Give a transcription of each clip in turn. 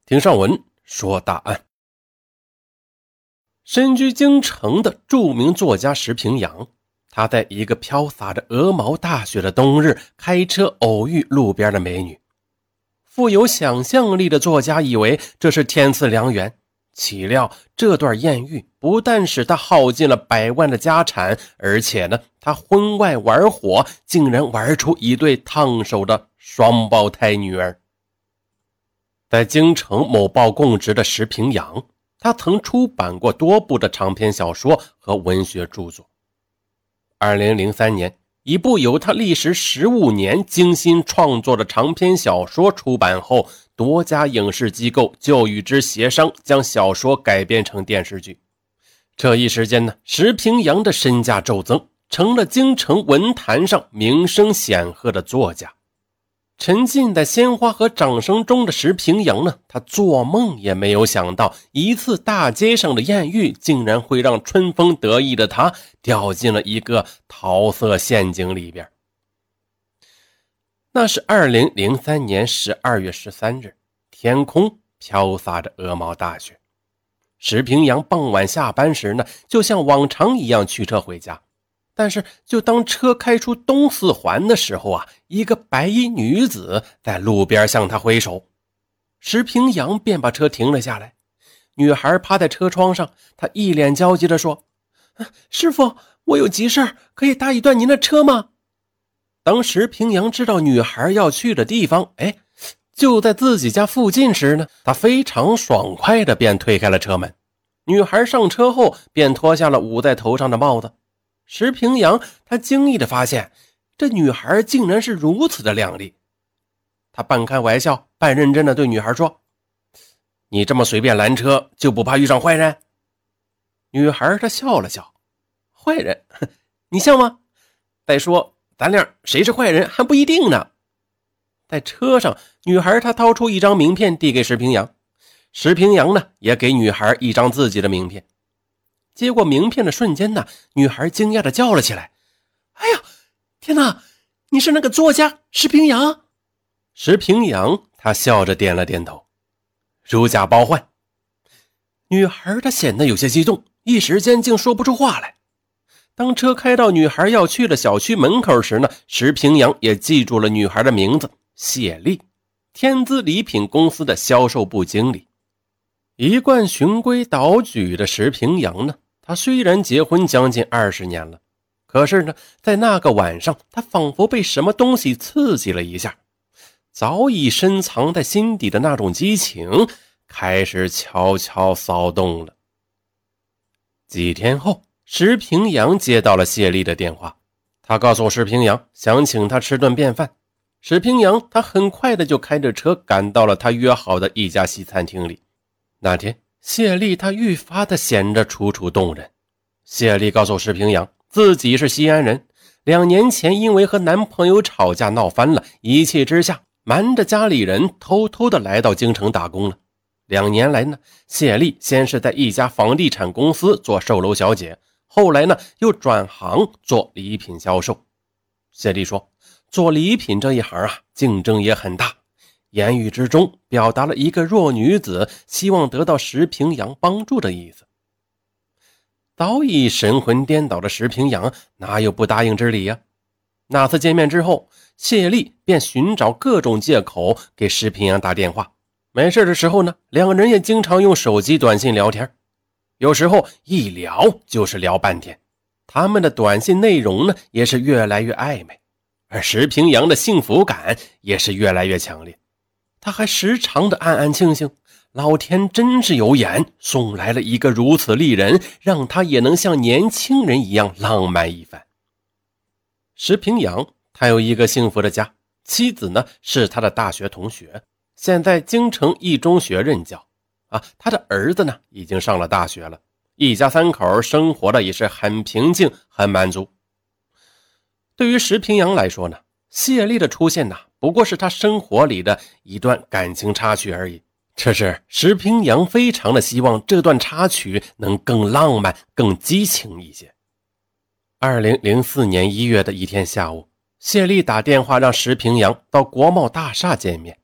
听上文说大案。身居京城的著名作家石平阳，他在一个飘洒着鹅毛大雪的冬日开车偶遇路边的美女。富有想象力的作家以为这是天赐良缘，岂料这段艳遇不但使他耗尽了100万的家产，而且呢，他婚外玩火，竟然玩出一对烫手的双胞胎女儿。在京城某报供职的石平阳，他曾出版过多部的长篇小说和文学著作。2003年，一部由他历时15年精心创作的长篇小说出版后，多家影视机构就与之协商将小说改编成电视剧。这一时间呢，石平阳的身价骤增，成了京城文坛上名声显赫的作家。沉浸在鲜花和掌声中的石平阳呢，他做梦也没有想到，一次大街上的艳遇竟然会让春风得意的他掉进了一个桃色陷阱里边。那是2003年12月13日，天空飘洒着鹅毛大雪。石平阳傍晚下班时呢，就像往常一样驱车回家。但是就当车开出东四环的时候啊，一个白衣女子在路边向他挥手。石平阳便把车停了下来。女孩趴在车窗上，她一脸焦急地说：师傅，我有急事，可以搭一段您的车吗？当石平阳知道女孩要去的地方就在自己家附近时呢，他非常爽快地便推开了车门。女孩上车后便脱下了捂在头上的帽子。石平阳他惊异地发现，这女孩竟然是如此的靓丽。他半开玩笑半认真地对女孩说：你这么随便拦车，就不怕遇上坏人？女孩她笑了笑：坏人？你像吗？再说咱俩谁是坏人还不一定呢。在车上，女孩她掏出一张名片递给石平阳，石平阳呢也给女孩一张自己的名片。接过名片的瞬间呢，女孩惊讶地叫了起来：哎呀，天哪，你是那个作家石平阳？石平阳他笑着点了点头：如假包换。女孩她显得有些激动，一时间竟说不出话来。当车开到女孩要去的小区门口时呢，石平阳也记住了女孩的名字谢丽，天资礼品公司的销售部经理。一贯循规蹈矩的石平阳呢，他虽然结婚将近20年了，可是呢，在那个晚上，他仿佛被什么东西刺激了一下，早已深藏在心底的那种激情开始悄悄骚动了。几天后，石平阳接到了谢丽的电话，他告诉石平阳想请他吃顿便饭。石平阳他很快的就开着车赶到了他约好的一家西餐厅里。那天谢丽她愈发的显得楚楚动人。谢丽告诉石平阳，自己是西安人，2年前因为和男朋友吵架闹翻了，一气之下瞒着家里人偷偷的来到京城打工了。2年来呢，谢丽先是在一家房地产公司做售楼小姐，后来呢又转行做礼品销售。谢丽说，做礼品这一行啊，竞争也很大。言语之中表达了一个弱女子希望得到石平阳帮助的意思。早已神魂颠倒的石平阳哪有不答应之理呀？那次见面之后，谢丽便寻找各种借口给石平阳打电话。没事的时候呢，2个人也经常用手机短信聊天，有时候一聊就是聊半天。他们的短信内容呢也是越来越暧昧，而石平阳的幸福感也是越来越强烈。他还时常的暗暗庆幸，老天真是有眼，送来了一个如此丽人，让他也能像年轻人一样浪漫一番。石平阳他有一个幸福的家，妻子呢是他的大学同学，现在京城一中学任教他的儿子呢已经上了大学了，一家3口生活的也是很平静很满足。对于石平阳来说呢，谢丽的出现不过是他生活里的一段感情插曲而已，这是石平阳非常的希望这段插曲能更浪漫更激情一些。2004年1月的一天下午，谢丽打电话让石平阳到国贸大厦见面。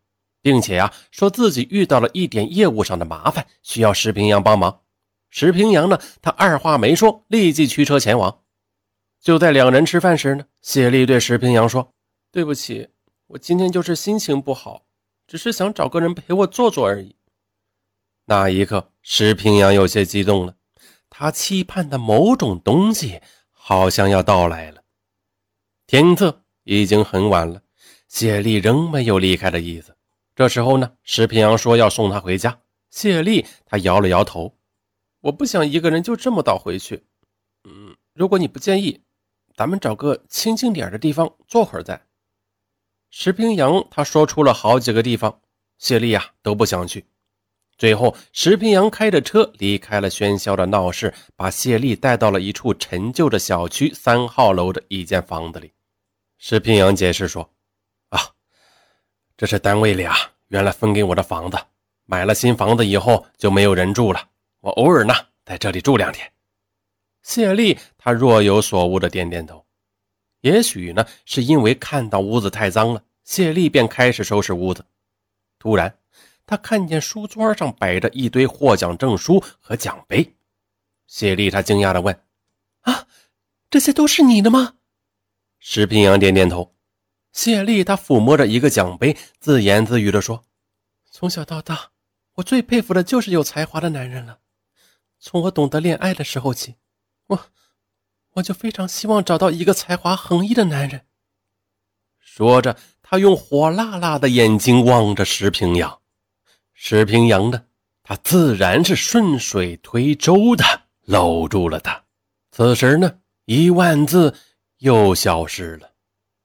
并且说自己遇到了一点业务上的麻烦，需要石平阳帮忙。石平阳呢，他二话没说，立即驱车前往。就在两人吃饭时呢，谢丽对石平阳说：“对不起，我今天就是心情不好，只是想找个人陪我坐坐而已。”那一刻，石平阳有些激动了，他期盼的某种东西好像要到来了。天色已经很晚了，谢丽仍没有离开的意思。这时候呢，石平阳说要送她回家，谢丽她摇了摇头：“我不想一个人就这么倒回去。如果你不介意，咱们找个清静点的地方坐会儿再。”石平阳他说出了好几个地方，谢丽都不想去。最后石平阳开着车离开了喧嚣的闹市，把谢丽带到了一处陈旧的小区3号楼的一间房子里。石平阳解释说：“这是单位里原来分给我的房子，买了新房子以后就没有人住了，我偶尔呢在这里住2天。”谢丽她若有所悟的点点头。也许呢是因为看到屋子太脏了，谢丽便开始收拾屋子。突然他看见书桌上摆着一堆获奖证书和奖杯。谢丽她惊讶地问：“这些都是你的吗？”石平阳点点头。谢丽她抚摸着一个奖杯，自言自语地说：“从小到大，我最佩服的就是有才华的男人了。从我懂得恋爱的时候起，我就非常希望找到一个才华横溢的男人。”说着，他用火辣辣的眼睛望着石平阳。石平阳呢，他自然是顺水推舟的搂住了他。此时呢，10000字又消失了。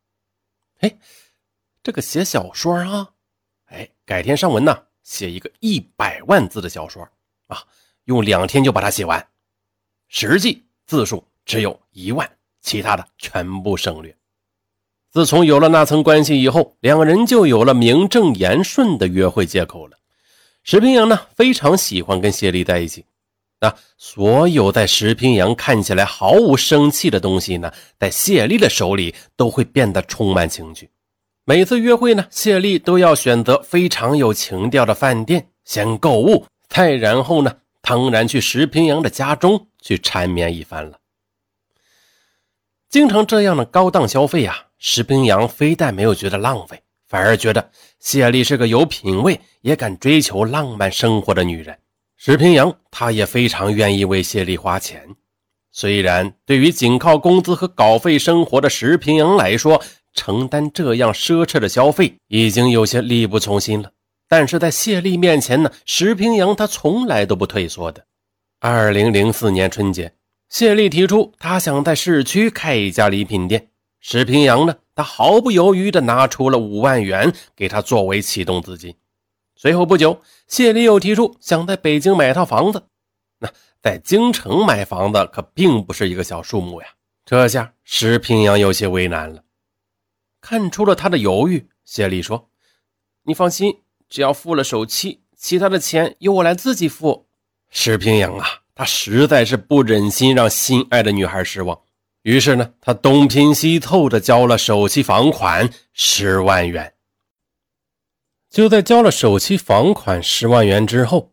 这个写小说改天上文呢，写一个100万字的小说用2天就把它写完，实际字数只有1万，其他的全部省略。自从有了那层关系以后，两人就有了名正言顺的约会借口了。石平阳呢，非常喜欢跟谢丽在一起。所有在石平阳看起来毫无生气的东西呢，在谢丽的手里都会变得充满情趣。每次约会呢，谢丽都要选择非常有情调的饭店，先购物，再然后呢，当然去石平阳的家中去缠绵一番了。经常这样的高档消费石平阳非但没有觉得浪费，反而觉得谢丽是个有品位也敢追求浪漫生活的女人。石平阳他也非常愿意为谢丽花钱。虽然对于仅靠工资和稿费生活的石平阳来说，承担这样奢侈的消费已经有些力不从心了，但是在谢丽面前呢，石平阳他从来都不退缩的。2004年春节，谢丽提出她想在市区开一家礼品店，石平阳呢，他毫不犹豫地拿出了5万元给他作为启动资金。随后不久，谢丽又提出想在北京买套房子。在京城买房子可并不是一个小数目呀，这下石平阳有些为难了。看出了他的犹豫，谢丽说：“你放心，只要付了首期，其他的钱由我来自己付。”石平阳他实在是不忍心让心爱的女孩失望，于是呢，他东拼西凑地交了首期房款10万元。就在交了首期房款10万元之后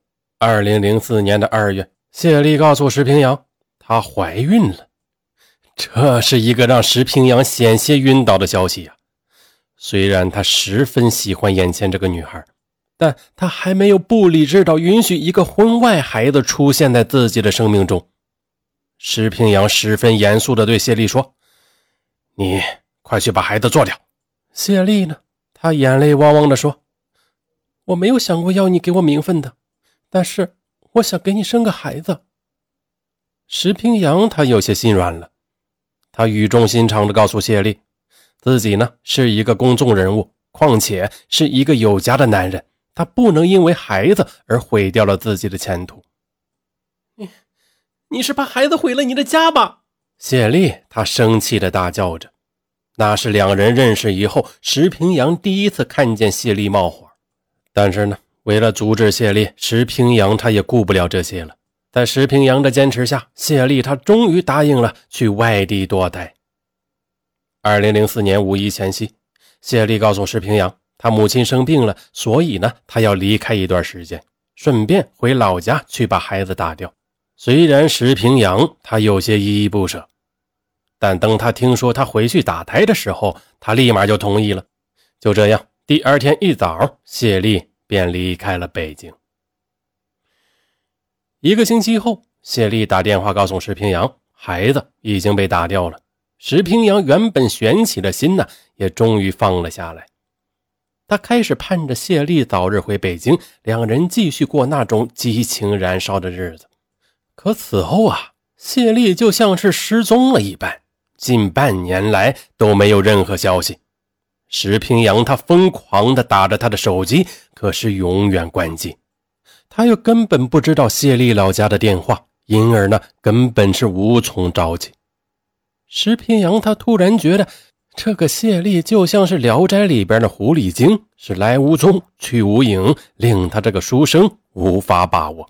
，2004年的2月，谢丽告诉石平阳她怀孕了。这是一个让石平阳险些晕倒的消息虽然他十分喜欢眼前这个女孩，但他还没有不理智到允许一个婚外孩子出现在自己的生命中。石平阳十分严肃地对谢丽说：“你快去把孩子做掉。”谢丽呢，她眼泪汪汪地说：“我没有想过要你给我名分的，但是我想给你生个孩子。”石平阳他有些心软了，他语重心长地告诉谢丽，自己呢是一个公众人物，况且是一个有家的男人，他不能因为孩子而毁掉了自己的前途。你是怕孩子毁了你的家吧？谢丽她生气地大叫着。那是两人认识以后，石平阳第一次看见谢丽冒火。但是呢，为了阻止谢丽，石平阳他也顾不了这些了。在石平阳的坚持下，谢丽她终于答应了去外地多待。2004年5一前夕，谢丽告诉石平阳， 他母亲生病了，所以呢，他要离开一段时间，顺便回老家去把孩子打掉。虽然石平阳他有些依依不舍，但等他听说他回去打胎的时候，他立马就同意了。就这样，第二天一早，谢丽便离开了北京。1个星期后，谢丽打电话告诉石平阳，孩子已经被打掉了。石平阳原本悬起的心呢，也终于放了下来。他开始盼着谢丽早日回北京，两人继续过那种激情燃烧的日子。可此后啊，谢丽就像是失踪了一般，近半年来都没有任何消息。石平阳他疯狂地打着他的手机，可是永远关机。他又根本不知道谢丽老家的电话，因而呢，根本是无从找起。石平阳他突然觉得这个谢丽就像是聊斋里边的狐狸精，是来无踪去无影，令他这个书生无法把握。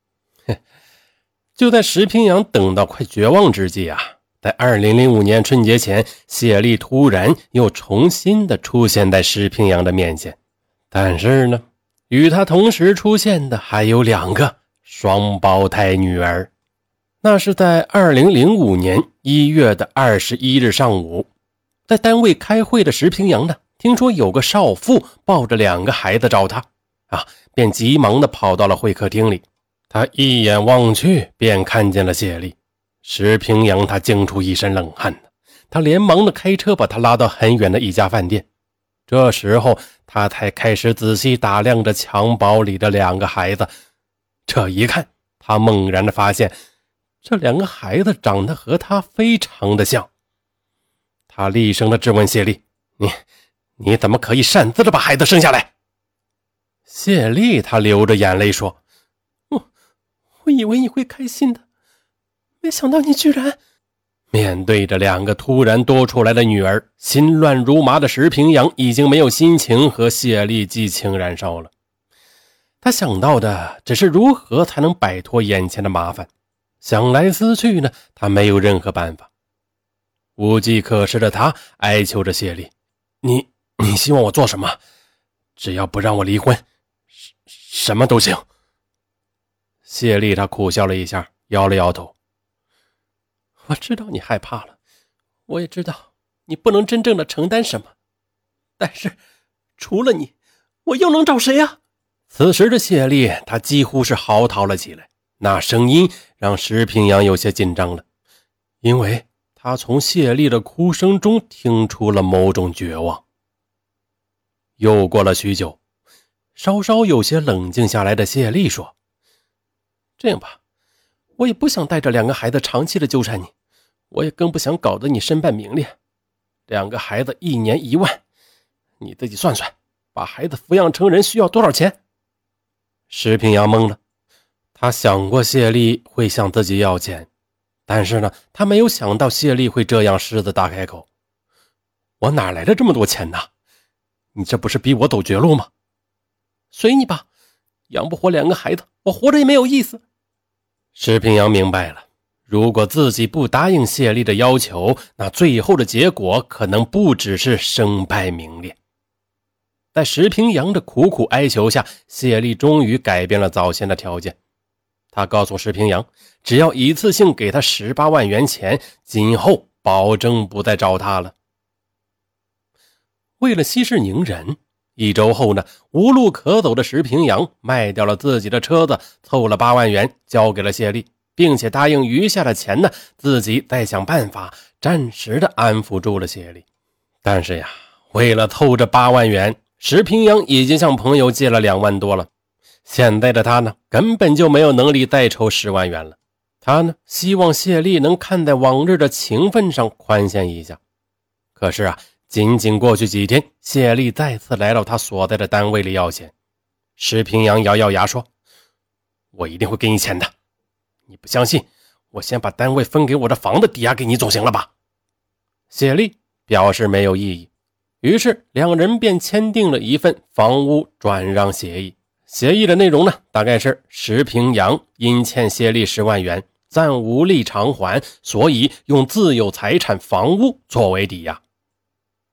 就在石平阳等到快绝望之际啊，在2005年春节前，谢丽突然又重新的出现在石平阳的面前。但是呢，与他同时出现的还有2个双胞胎女儿。那是在2005年1月的21日上午，在单位开会的石平阳呢，听说有个少妇抱着2个孩子找他便急忙的跑到了会客厅里。他一眼望去，便看见了谢丽。石平阳他惊出一身冷汗，他连忙的开车把他拉到很远的一家饭店。这时候他才开始仔细打量着襁褓里的2个孩子。这一看，他猛然的发现这2个孩子长得和他非常的像。他厉声的质问谢丽，你怎么可以擅自的把孩子生下来？谢丽他流着眼泪说，我以为你会开心的，没想到你居然……面对着2个突然多出来的女儿，心乱如麻的石平阳已经没有心情和谢丽激情燃烧了。他想到的只是如何才能摆脱眼前的麻烦，想来思去呢，他没有任何办法。无计可施的他哀求着谢丽，你希望我做什么？只要不让我离婚，什么都行。谢丽她苦笑了一下，摇了摇头。我知道你害怕了，我也知道你不能真正的承担什么，但是除了你，我又能找谁啊？此时的谢丽她几乎是嚎啕了起来，那声音让石平阳有些紧张了，因为他从谢丽的哭声中听出了某种绝望。又过了许久，稍稍有些冷静下来的谢丽说，这样吧，我也不想带着2个孩子长期的纠缠你，我也更不想搞得你身败名裂。2个孩子1年1万，你自己算算，把孩子抚养成人需要多少钱？石平阳懵了，他想过谢丽会向自己要钱，但是呢，他没有想到谢丽会这样狮子大开口。我哪来的这么多钱呢？你这不是逼我走绝路吗？随你吧，养不活2个孩子，我活着也没有意思。石平阳明白了，如果自己不答应谢丽的要求，那最后的结果可能不只是身败名裂。在石平阳的苦苦哀求下，谢丽终于改变了早先的条件。他告诉石平阳，只要一次性给他18万元钱，今后保证不再找他了。为了息事宁人，1周后呢，无路可走的石平阳卖掉了自己的车子，凑了8万元交给了谢丽，并且答应余下的钱呢，自己再想办法暂时的安抚住了谢丽。但是呀，为了凑这8万元，石平阳已经向朋友借了2万多了。现在的他呢，根本就没有能力再筹10万元了。他呢，希望谢丽能看在往日的情分上宽限一下。可是啊，仅仅过去几天，谢丽再次来到他所在的单位里要钱。石平阳咬咬牙说，我一定会给你钱的，你不相信，我先把单位分给我的房子抵押给你总行了吧？谢丽表示没有异议，于是2人便签订了一份房屋转让协议。协议的内容呢，大概是石平阳因欠谢丽10万元，暂无力偿还，所以用自有财产房屋作为抵押。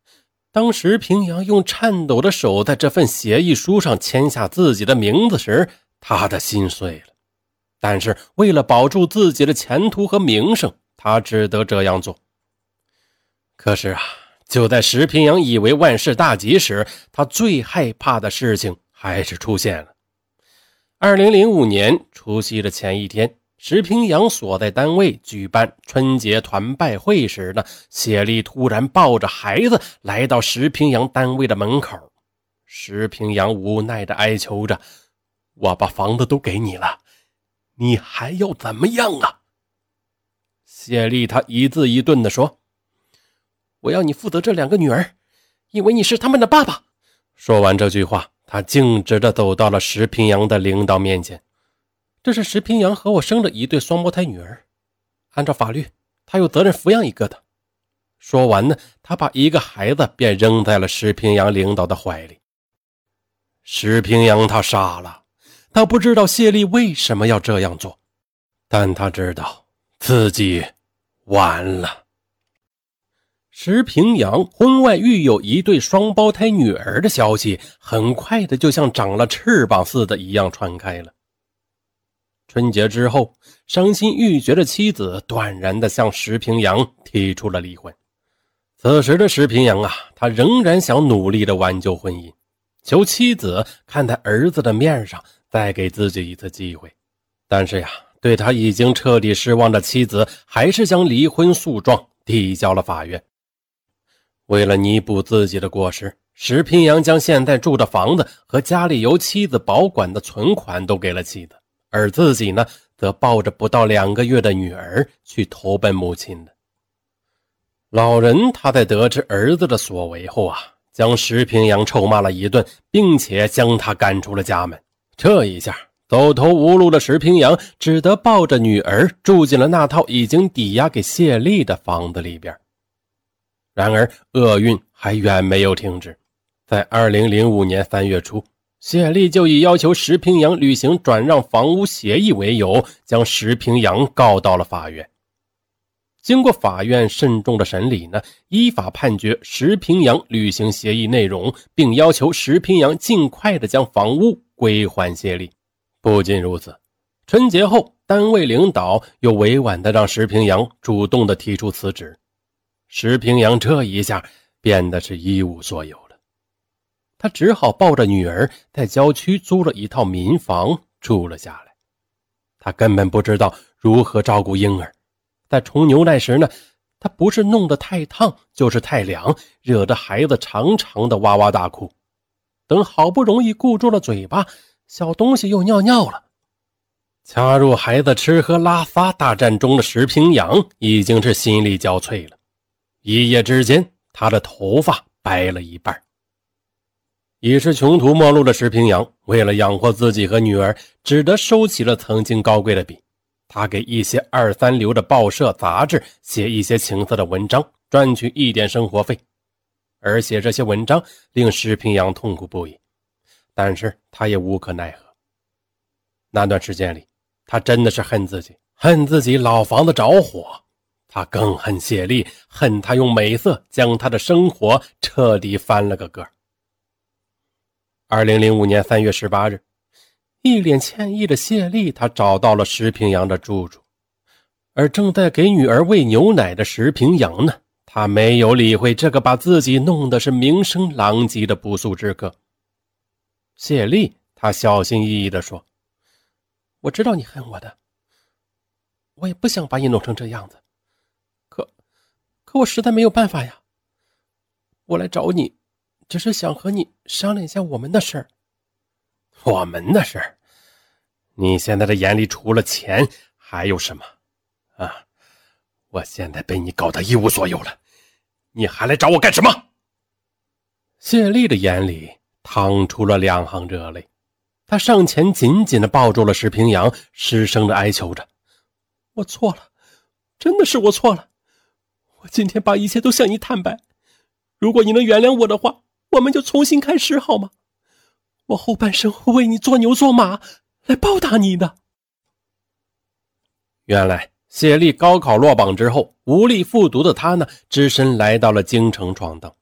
当石平阳用颤抖的手在这份协议书上签下自己的名字时，他的心碎了。但是为了保住自己的前途和名声，他只得这样做。可是啊，就在石平阳以为万事大吉时，他最害怕的事情还是出现了。2005年除夕的前一天，石平阳所在单位举办春节团拜会时呢，谢丽突然抱着孩子来到石平阳单位的门口。石平阳无奈地哀求着：“我把房子都给你了，你还要怎么样啊？”谢丽她一字一顿地说：“我要你负责这2个女儿，因为你是他们的爸爸。”说完这句话，他径直地走到了石平阳的领导面前。这是石平阳和我生的一对双胞胎女儿，按照法律，他有责任抚养一个的。说完呢，他把一个孩子便扔在了石平阳领导的怀里。石平阳他傻了，他不知道谢丽为什么要这样做，但他知道自己完了。石平阳婚外育有一对双胞胎女儿的消息，很快的就像长了翅膀似的一样传开了。春节之后，伤心欲绝的妻子断然地向石平阳提出了离婚。此时的石平阳啊，他仍然想努力地挽救婚姻，求妻子看在儿子的面上再给自己一次机会。但是呀，对他已经彻底失望的妻子还是将离婚诉状递交了法院。为了弥补自己的过失，石平阳将现在住的房子和家里由妻子保管的存款都给了妻子，而自己呢，则抱着不到2个月的女儿去投奔母亲的。老人他在得知儿子的所为后啊，将石平阳臭骂了一顿，并且将他赶出了家门。这一下，走投无路的石平阳只得抱着女儿住进了那套已经抵押给谢丽的房子里边。然而厄运还远没有停止，在2005年3月初，谢丽就以要求石平阳履行转让房屋协议为由，将石平阳告到了法院。经过法院慎重的审理呢，依法判决石平阳履行协议内容，并要求石平阳尽快的将房屋归还谢丽。不仅如此，春节后单位领导又委婉的让石平阳主动的提出辞职。石平阳这一下变得是一无所有了，他只好抱着女儿在郊区租了一套民房住了下来。他根本不知道如何照顾婴儿，在冲牛奶时呢，他不是弄得太烫就是太凉，惹得孩子常常的哇哇大哭。等好不容易顾住了嘴巴，小东西又尿尿了。加入孩子吃喝拉撒大战中的石平阳已经是心力交瘁了，一夜之间他的头发白了一半。已是穷途末路的石平阳为了养活自己和女儿，只得收起了曾经高贵的笔。他给一些2、3流的报社杂志写一些情色的文章，赚取一点生活费。而写这些文章令石平阳痛苦不已，但是他也无可奈何。那段时间里，他真的是恨自己老房子着火，他更恨谢丽，恨他用美色将他的生活彻底翻了个个。2005年3月18日，一脸歉意的谢丽他找到了石平阳的住处，而正在给女儿喂牛奶的石平阳呢，他没有理会这个把自己弄得是名声狼藉的不速之客。谢丽他小心翼翼地说：“我知道你恨我的，我也不想把你弄成这样子，可我实在没有办法呀。我来找你只是想和你商量一下我们的事儿。”“我们的事儿？你现在的眼里除了钱还有什么啊？我现在被你搞得一无所有了，你还来找我干什么？”谢丽的眼里淌出了2行热泪，他上前紧紧地抱住了石平阳，失声地哀求着：“我错了，真的是我错了，我今天把一切都向你坦白，如果你能原谅我的话，我们就重新开始好吗？我后半生会为你做牛做马来报答你的。”原来谢丽高考落榜之后无力复读的她呢，只身来到了京城闯荡。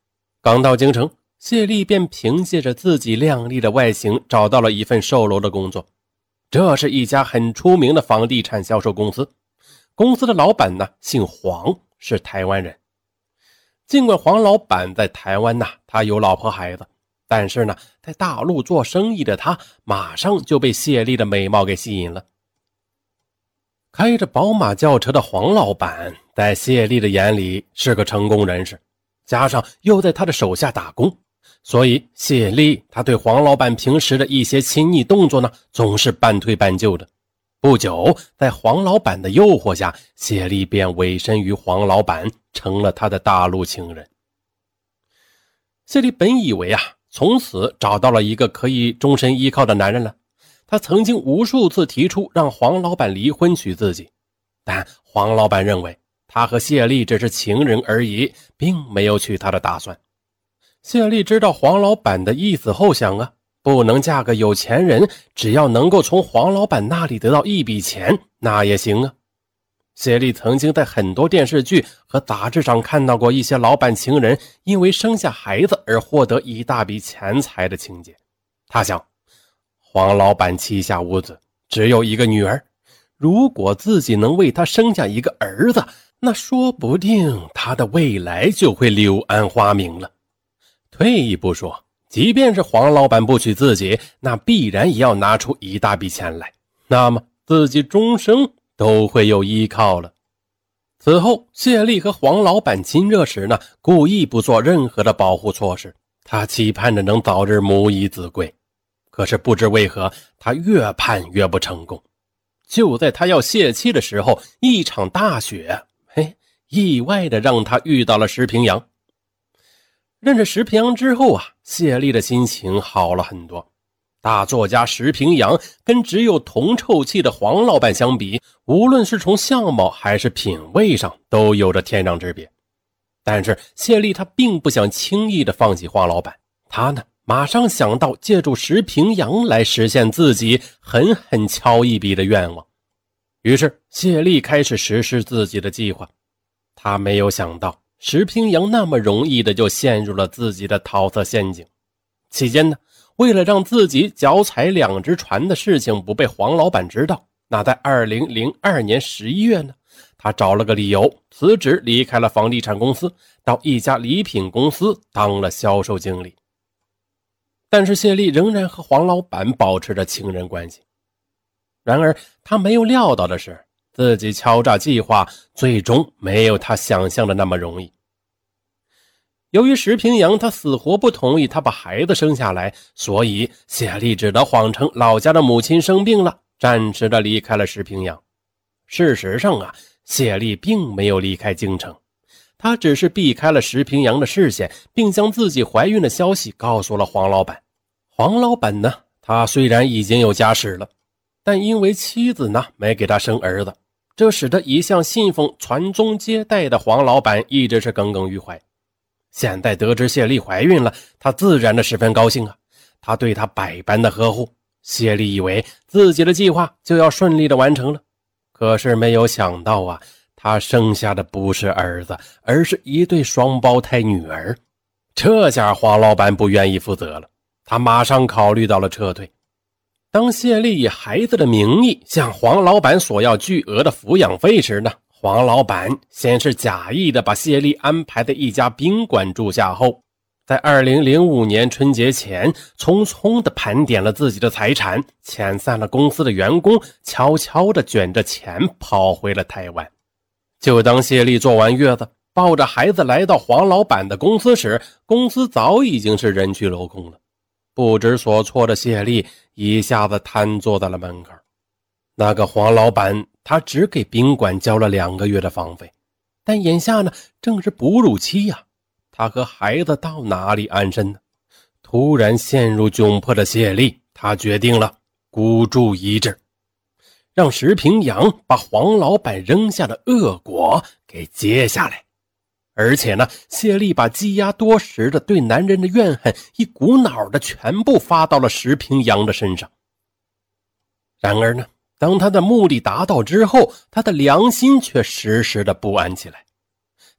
刚到京城，谢丽便凭借着自己靓丽的外形找到了一份售楼的工作。这是一家很出名的房地产销售公司，公司的老板呢姓黄，是台湾人。尽管黄老板在台湾他有老婆孩子，但是呢在大陆做生意的他马上就被谢丽的美貌给吸引了。开着宝马轿车的黄老板在谢丽的眼里是个成功人士，加上又在他的手下打工，所以谢丽他对黄老板平时的一些亲昵动作呢总是半推半就的。不久，在黄老板的诱惑下，谢丽便委身于黄老板，成了他的大陆情人。谢丽本以为从此找到了一个可以终身依靠的男人了，他曾经无数次提出让黄老板离婚娶自己，但黄老板认为他和谢丽只是情人而已，并没有娶她的打算。谢丽知道黄老板的意思后想不能嫁个有钱人，只要能够从黄老板那里得到一笔钱，那也行谢丽曾经在很多电视剧和杂志上看到过一些老板情人因为生下孩子而获得一大笔钱财的情节。他想，黄老板膝下无子，只有一个女儿，如果自己能为他生下一个儿子，那说不定他的未来就会柳暗花明了。退一步说，即便是黄老板不娶自己，那必然也要拿出一大笔钱来，那么自己终生都会有依靠了。此后，谢丽和黄老板亲热时呢，故意不做任何的保护措施，他期盼着能早日母以子贵。可是不知为何，他越盼越不成功。就在他要泄气的时候，一场大雪意外的让他遇到了石平阳。认识石平阳之后谢丽的心情好了很多。大作家石平阳跟只有铜臭气的黄老板相比，无论是从相貌还是品味上都有着天壤之别。但是谢丽她并不想轻易的放弃黄老板，她呢马上想到借助石平阳来实现自己狠狠敲一笔的愿望。于是谢丽开始实施自己的计划。她没有想到石平阳那么容易的就陷入了自己的桃色陷阱。期间呢，为了让自己脚踩两只船的事情不被黄老板知道，那在2002年11月呢，他找了个理由辞职离开了房地产公司，到一家礼品公司当了销售经理。但是谢丽仍然和黄老板保持着情人关系。然而他没有料到的是，自己敲诈计划最终没有他想象的那么容易。由于石平阳他死活不同意他把孩子生下来，所以谢丽只得谎称老家的母亲生病了，暂时的离开了石平阳。事实上谢丽并没有离开京城，她只是避开了石平阳的视线，并将自己怀孕的消息告诉了黄老板。黄老板呢，他虽然已经有家室了，但因为妻子呢没给他生儿子，这使得一向信奉传宗接代的黄老板一直是耿耿于怀。现在得知谢丽怀孕了，他自然的十分高兴他对她百般的呵护。谢丽以为自己的计划就要顺利的完成了，可是没有想到他生下的不是儿子，而是一对双胞胎女儿。这下黄老板不愿意负责了，他马上考虑到了撤退。当谢丽以孩子的名义向黄老板索要巨额的抚养费时呢，黄老板先是假意的把谢丽安排在一家宾馆住下后，在2005年春节前匆匆的盘点了自己的财产，遣散了公司的员工，悄悄的卷着钱跑回了台湾。就当谢丽坐完月子，抱着孩子来到黄老板的公司时，公司早已经是人去楼空了。不知所措的谢丽一下子瘫坐在了门口。那个黄老板他只给宾馆交了2个月的房费，但眼下呢正是哺乳期他和孩子到哪里安身呢？突然陷入窘迫的谢丽，他决定了孤注一掷，让石平阳把黄老板扔下的恶果给接下来。而且呢，谢丽把积压多时的对男人的怨恨一股脑的全部发到了石平阳的身上。然而呢，当他的目的达到之后，他的良心却时时的不安起来。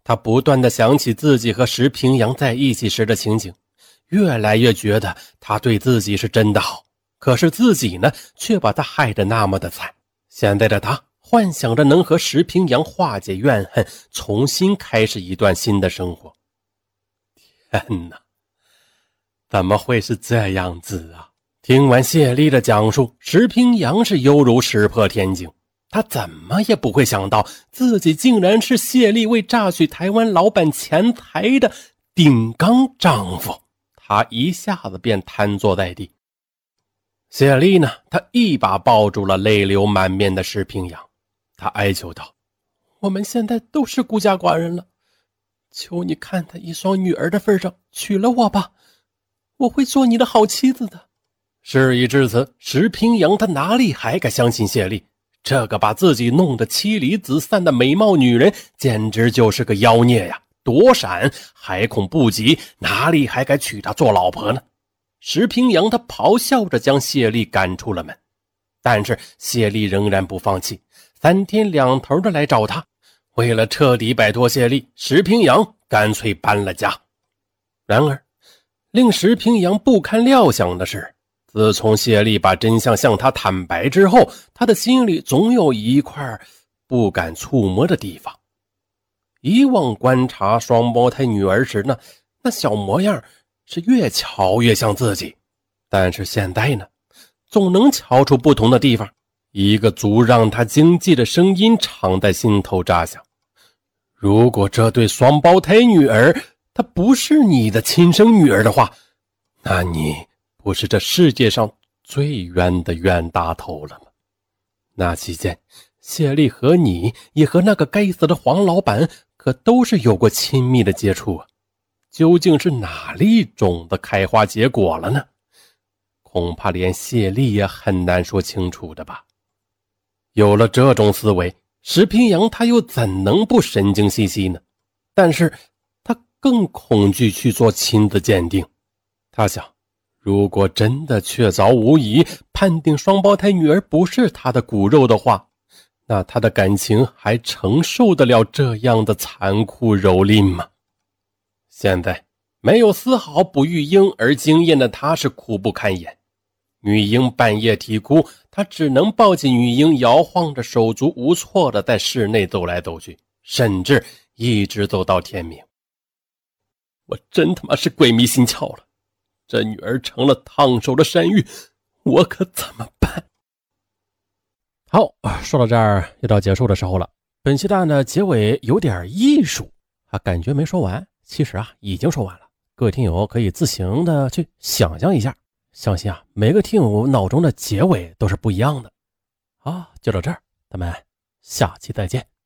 他不断地想起自己和石平阳在一起时的情景，越来越觉得他对自己是真的好，可是自己呢，却把他害得那么的惨。现在的他幻想着能和石平阳化解怨恨，重新开始一段新的生活。天哪，怎么会是这样子啊？听完谢丽的讲述，石平阳是犹如石破天惊。他怎么也不会想到，自己竟然是谢丽为榨取台湾老板钱财的顶缸丈夫。他一下子便瘫坐在地。谢丽呢，她一把抱住了泪流满面的石平阳，她哀求道：我们现在都是孤家寡人了，求你看在一双女儿的份上，娶了我吧，我会做你的好妻子的。事已至此，石平阳他哪里还敢相信谢丽？这个把自己弄得妻离子散的美貌女人，简直就是个妖孽呀！躲闪还恐不及，哪里还敢娶她做老婆呢？石平阳他咆哮着将谢丽赶出了门，但是谢丽仍然不放弃，3天2头的来找他。为了彻底摆脱谢丽，石平阳干脆搬了家。然而令石平阳不堪料想的是，自从谢丽把真相向他坦白之后，他的心里总有一块不敢触摸的地方。以往观察双胞胎女儿时呢，那小模样是越瞧越像自己，但是现在呢，总能瞧出不同的地方。一个足让他惊悸的声音常在心头炸响：如果这对双胞胎女儿她不是你的亲生女儿的话，那你不是这世界上最冤的冤大头了吗？那期间，谢丽和你也和那个该死的黄老板可都是有过亲密的接触啊，究竟是哪粒种子开花结果了呢？恐怕连谢丽也很难说清楚的吧。有了这种思维，石平阳他又怎能不神经兮兮呢？但是他更恐惧去做亲子鉴定。他想，如果真的确凿无疑，判定双胞胎女儿不是他的骨肉的话，那他的感情还承受得了这样的残酷蹂躏吗？现在没有丝毫不育婴儿经验的他是苦不堪言。女婴半夜啼哭，他只能抱起女婴，摇晃着手足无措的在室内走来走去，甚至一直走到天明。我真他妈是鬼迷心窍了，这女儿成了烫手的山芋，我可怎么办？好，说到这儿又到结束的时候了。本期的呢结尾有点艺术啊，感觉没说完，其实啊已经说完了。各位听友可以自行的去想象一下，相信啊每个听友脑中的结尾都是不一样的。好，就到这儿，咱们下期再见。